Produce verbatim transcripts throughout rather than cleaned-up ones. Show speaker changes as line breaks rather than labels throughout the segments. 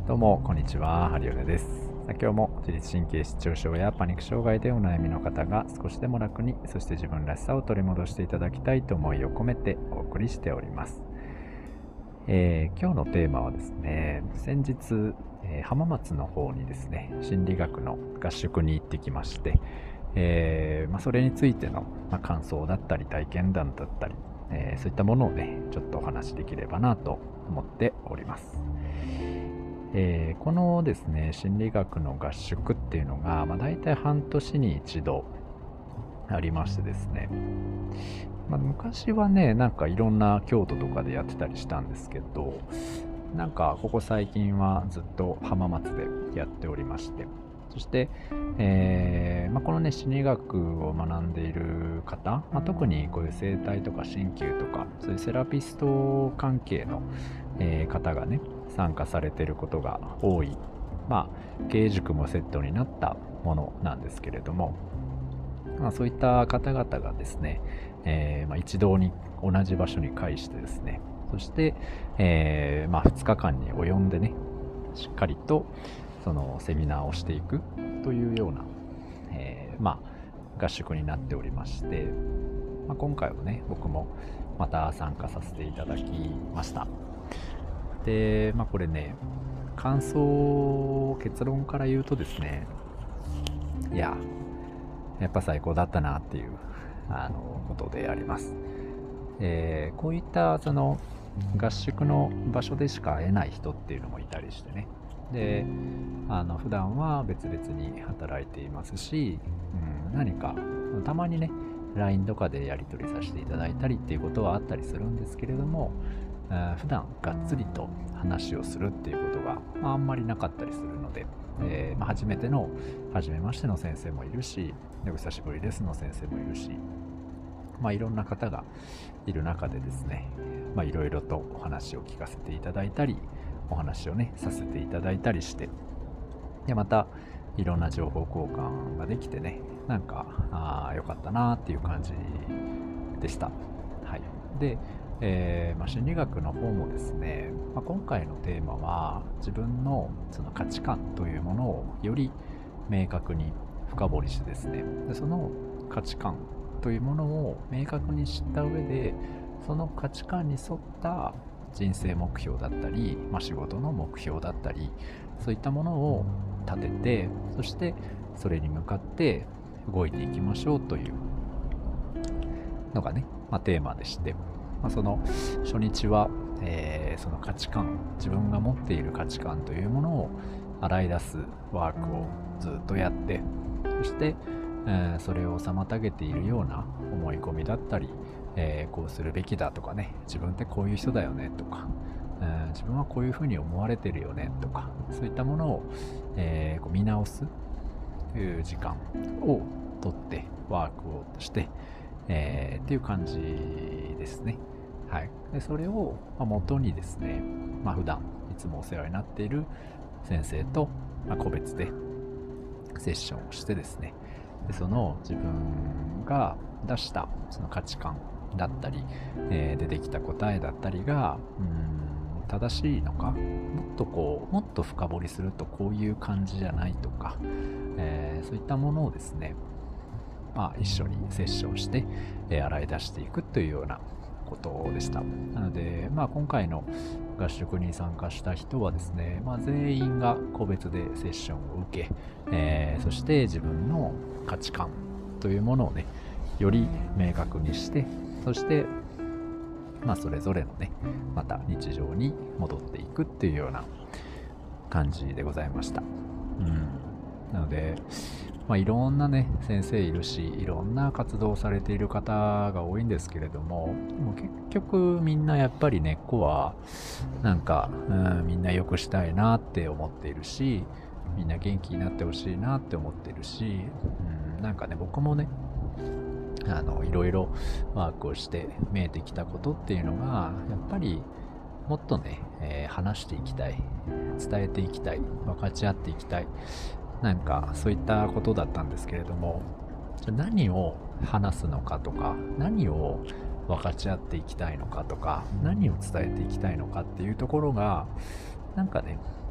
どうもこんにちは、ハリオネです。さあ今日も自律神経失調症やパニック障害でお悩みの方が少しでも楽に、そして自分らしさを取り戻していただきたいと思いを込めてお送りしております。えー今日のテーマはですね、先日、えー浜松の方にですね、心理学の合宿に行ってきまして、えーまあ、それについての、まあ、感想だったり体験談だったり、えーそういったものをね、ちょっとお話しできればなと思っております。えーこのですね、心理学の合宿っていうのが、まあ、大体半年に一度ありましてですね、まあ、昔はね、なんかいろんな京都とかでやってたりしたんですけど、なんかここ最近はずっと浜松でやっておりまして、そして、えーまあ、このね、心理学を学んでいる方、まあ、特にこういう生態とか鍼灸とか、そういうセラピスト関係の、えー方がね、参加されていることが多い、まあ、経営塾もセットになったものなんですけれども、まあ、そういった方々がですね、えーまあ、一堂に同じ場所に会してですね、そして、えーまあ、ふつかかんに及んでね、しっかりとそのセミナーをしていくというような、えーまあ、合宿になっておりまして、まあ、今回はね、僕もまた参加させていただきました。で、まあ、これね、感想、結論から言うとですね、いや、やっぱ最高だったなっていうあのことであります。えーこういったその合宿の場所でしか会えない人っていうのもいたりしてね。で、あの普段は別々に働いていますし、うん、何かたまにね、ライン とかでやり取りさせていただいたりっていうことはあったりするんですけれども、あー普段がっつりと話をするっていうことが、まあ、あんまりなかったりするので、えーまあ、初めての初めましての先生もいるし、お久しぶりですの先生もいるし、まあ、いろんな方がいる中でですね、まあ、いろいろとお話を聞かせていただいたり、お話をね、させていただいたりして、で、また、いろんな情報交換ができてね、なんか、ああ、よかったなっていう感じでした。はい。で、えーまあ、心理学の方もですね、まあ、今回のテーマは、自分のその価値観というものをより明確に深掘りしてですね、でその価値観というものを明確に知った上で、その価値観に沿った人生目標だったり、まあ、仕事の目標だったり、そういったものを立てて、そしてそれに向かって動いていきましょうというのがね、まあ、テーマでして、まあ、その初日は、えーその価値観、自分が持っている価値観というものを洗い出すワークをずっとやって、そして、えーそれを妨げているような思い込みだったり、えーこうするべきだとかね、自分ってこういう人だよねとか、えー自分はこういうふうに思われてるよねとか、そういったものを、えーこう見直すという時間をとってワークをして、えーっていう感じですね。はい。で、それをまあ元にですね、まあ、普段いつもお世話になっている先生と、まあ、個別でセッションをしてですね、でその自分が出したその価値観だったり、えー出てきた答えだったりがうーん正しいのか、もっとこうもっと深掘りするとこういう感じじゃないとか、えーそういったものをですね、まあ、一緒にセッションして、えー洗い出していくというようなことでした。なので、まあ、今回の合宿に参加した人はですね、まあ、全員が個別でセッションを受け、えーそして自分の価値観というものをね、より明確にして、そして、まあ、それぞれのね、また日常に戻っていくっていうような感じでございました。うん。なので、まあ、いろんなね、先生いるし、いろんな活動をされている方が多いんですけれども、もう結局みんなやっぱり根っこは、なんか、うん、みんな良くしたいなって思っているし、みんな元気になってほしいなって思っているし、うん、なんかね、僕もね、あの、いろいろワークをして見えてきたことっていうのが、やっぱりもっとね、えー話していきたい、伝えていきたい、分かち合っていきたい、なんかそういったことだったんですけれども、じゃあ何を話すのかとか、何を分かち合っていきたいのかとか、何を伝えていきたいのかっていうところが、なんかね、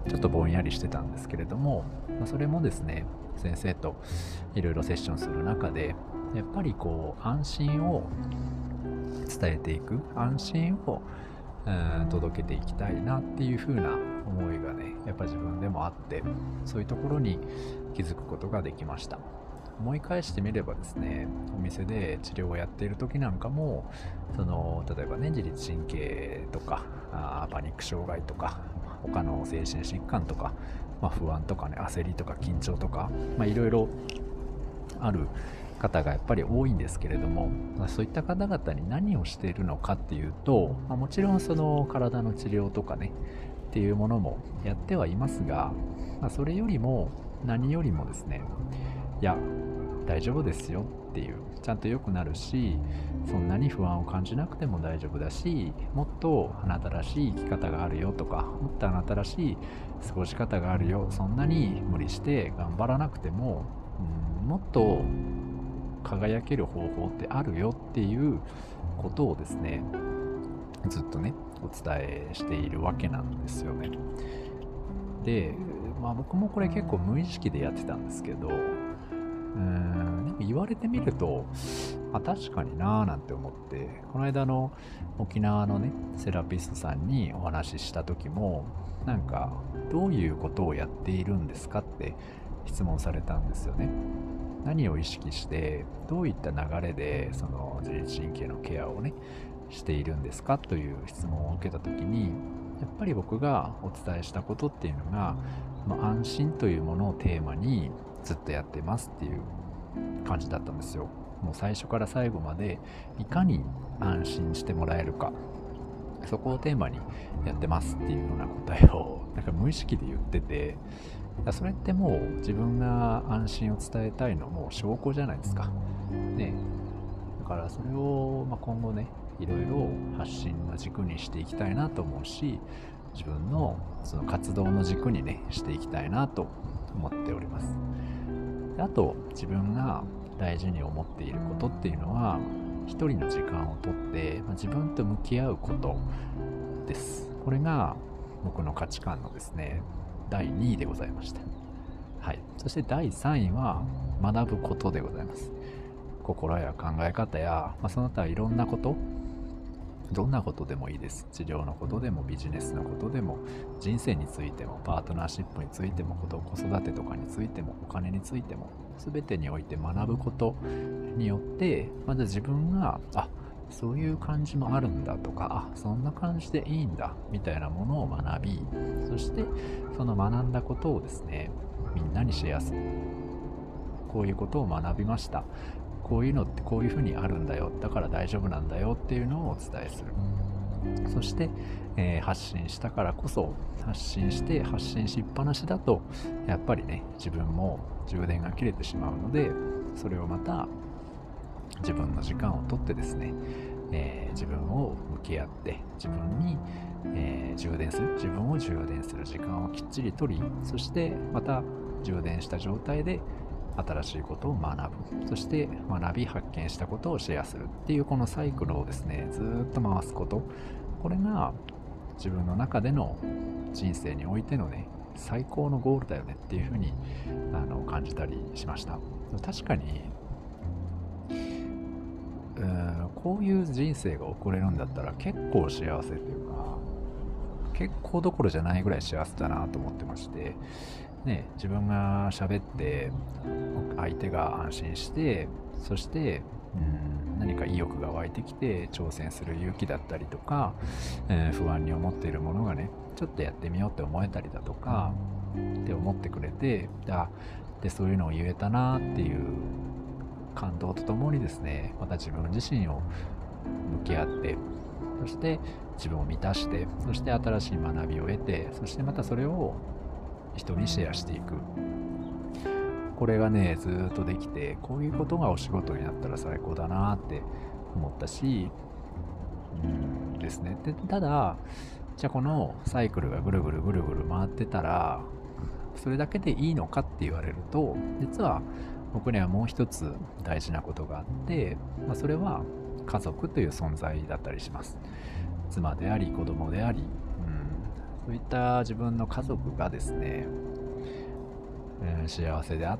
ちょっとぼんやりしてたんですけれども、まあ、それもですね、先生といろいろセッションする中で、やっぱりこう安心を伝えていく、安心をうん届けていきたいなっていう風な思いがね、やっぱ自分でもあって、そういうところに気づくことができました。思い返してみればですね、お店で治療をやっている時なんかも、その例えばね、自律神経とかあパニック障害とか他の精神疾患とか、まあ、不安とかね、焦りとか緊張とか、まあ、いろいろある方がやっぱり多いんですけれども、まあ、そういった方々に何をしているのかっていうと、まあ、もちろんその体の治療とかねっていうものもやってはいますが、まあ、それよりも何よりもですね、いや大丈夫ですよっていう、ちゃんと良くなるし、そんなに不安を感じなくても大丈夫だし、もっとあなたらしい生き方があるよとか、もっとあなたらしい過ごし方があるよ、そんなに無理して頑張らなくても、うん、もっと輝ける方法ってあるよっていうことをですね、ずっとねお伝えしているわけなんですよね。で、まあ僕もこれ結構無意識でやってたんですけど、うーんでも言われてみると、あ、確かになーなんて思って、この間の沖縄のねセラピストさんにお話しした時も、なんかどういうことをやっているんですかって質問されたんですよね。何を意識してどういった流れでその自律神経のケアをねしているんですかという質問を受けた時に、やっぱり僕がお伝えしたことっていうのが、まあ、安心というものをテーマにずっとやってますっていう感じだったんですよ。もう最初から最後までいかに安心してもらえるか、そこをテーマにやってますっていうような答えをなんか無意識で言ってて、それってもう自分が安心を伝えたいのも証拠じゃないですか。ね。だからそれを、まあ、今後ね、いろいろ発信の軸にしていきたいなと思うし、自分のその活動の軸にね、していきたいなと思っております。で、あと、自分が大事に思っていることっていうのは、一人の時間をとって、まあ、自分と向き合うことです。これが僕の価値観のですね、だいにいでございました。はい。そしてだいさんいは学ぶことでございます。心や考え方や、まあ、その他いろんなこと、どんなことでもいいです。治療のことでもビジネスのことでも、人生についてもパートナーシップについても、子育てとかについても、お金についても、全てにおいて学ぶことによって、まず自分が、あ、そういう感じもあるんだとか、あ、そんな感じでいいんだみたいなものを学び、そしてその学んだことをですね、みんなにシェアする。こういうことを学びました。こういうのってこういうふうにあるんだよ。だから大丈夫なんだよっていうのをお伝えする。そして、えー発信したからこそ、発信して発信しっぱなしだと、やっぱりね、自分も充電が切れてしまうので、それをまた自分の時間をとってですね、えー自分を向き合って自分に、えー充電する自分を充電する時間をきっちりとり、そしてまた充電した状態で新しいことを学ぶ、そして学び発見したことをシェアするっていうこのサイクルをですね、ずーっと回すこと、これが自分の中での人生においてのね、最高のゴールだよねっていうふうにあの感じたりしました。確かにうーんこういう人生が送れるんだったら結構幸せというか、結構どころじゃないぐらい幸せだなと思ってまして、ね、自分が喋って相手が安心して、そしてうん何か意欲が湧いてきて挑戦する勇気だったりとか、えー不安に思っているものがね、ちょっとやってみようって思えたりだとかって思ってくれて、あでそういうのを言えたなっていう感動とともにですね、また自分自身を向き合って、そして自分を満たして、そして新しい学びを得て、そしてまたそれを人にシェアしていく。これがね、ずーっとできて、こういうことがお仕事になったら最高だなって思ったし、うんですね。で、ただ、じゃあこのサイクルがぐるぐるぐるぐる回ってたら、それだけでいいのかって言われると、実は僕にはもう一つ大事なことがあって、まあ、それは家族という存在だったりします。妻であり子供であり、うん、 そういった自分の家族がですね、えー幸せであって、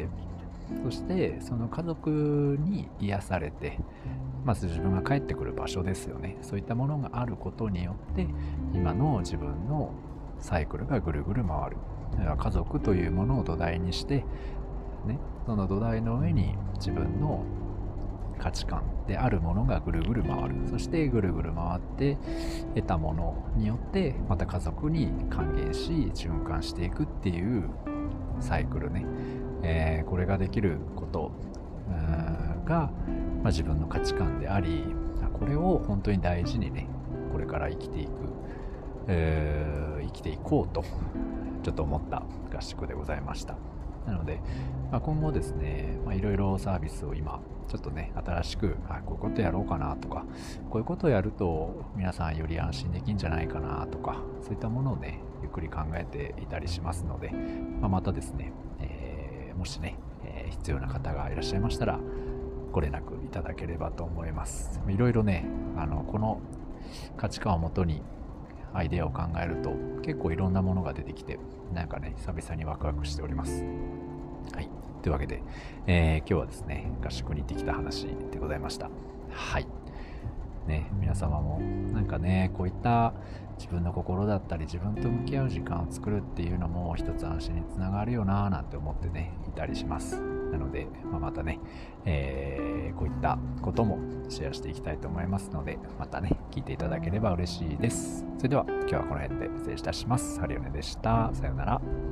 そしてその家族に癒されて、まず自分が帰ってくる場所ですよね。そういったものがあることによって今の自分のサイクルがぐるぐる回る。だから家族というものを土台にして、ね、その土台の上に自分の価値観であるものがぐるぐる回る。そしてぐるぐる回って得たものによってまた家族に還元し循環していくっていうサイクルね。えーこれができることうーんが、まあ、自分の価値観であり、これを本当に大事にね、これから生きていく、えー生きていこうとちょっと思った合宿でございました。なので、まあ、今後ですね、まあいろいろサービスを今ちょっとね新しく、あ、こういうことやろうかなとか、こういうことをやると皆さんより安心できんじゃないかなとか、そういったものをねゆっくり考えていたりしますので、まあ、またですね、えーもしね、えー必要な方がいらっしゃいましたらご連絡いただければと思います。いろいろね、あのこの価値観をもとにアイデアを考えると結構いろんなものが出てきて、なんかね久々にワクワクしております。はい、というわけで、えー今日はですね合宿に行ってきた話でございました。はいね、皆様もなんかね、こういった自分の心だったり自分と向き合う時間を作るっていうのも一つ安心につながるよなぁなんて思ってねいたりします。なので、まあ、またね、えーこういったこともシェアしていきたいと思いますので、またね聞いていただければ嬉しいです。それでは今日はこの辺で失礼いたします。ハリオネでした。さようなら。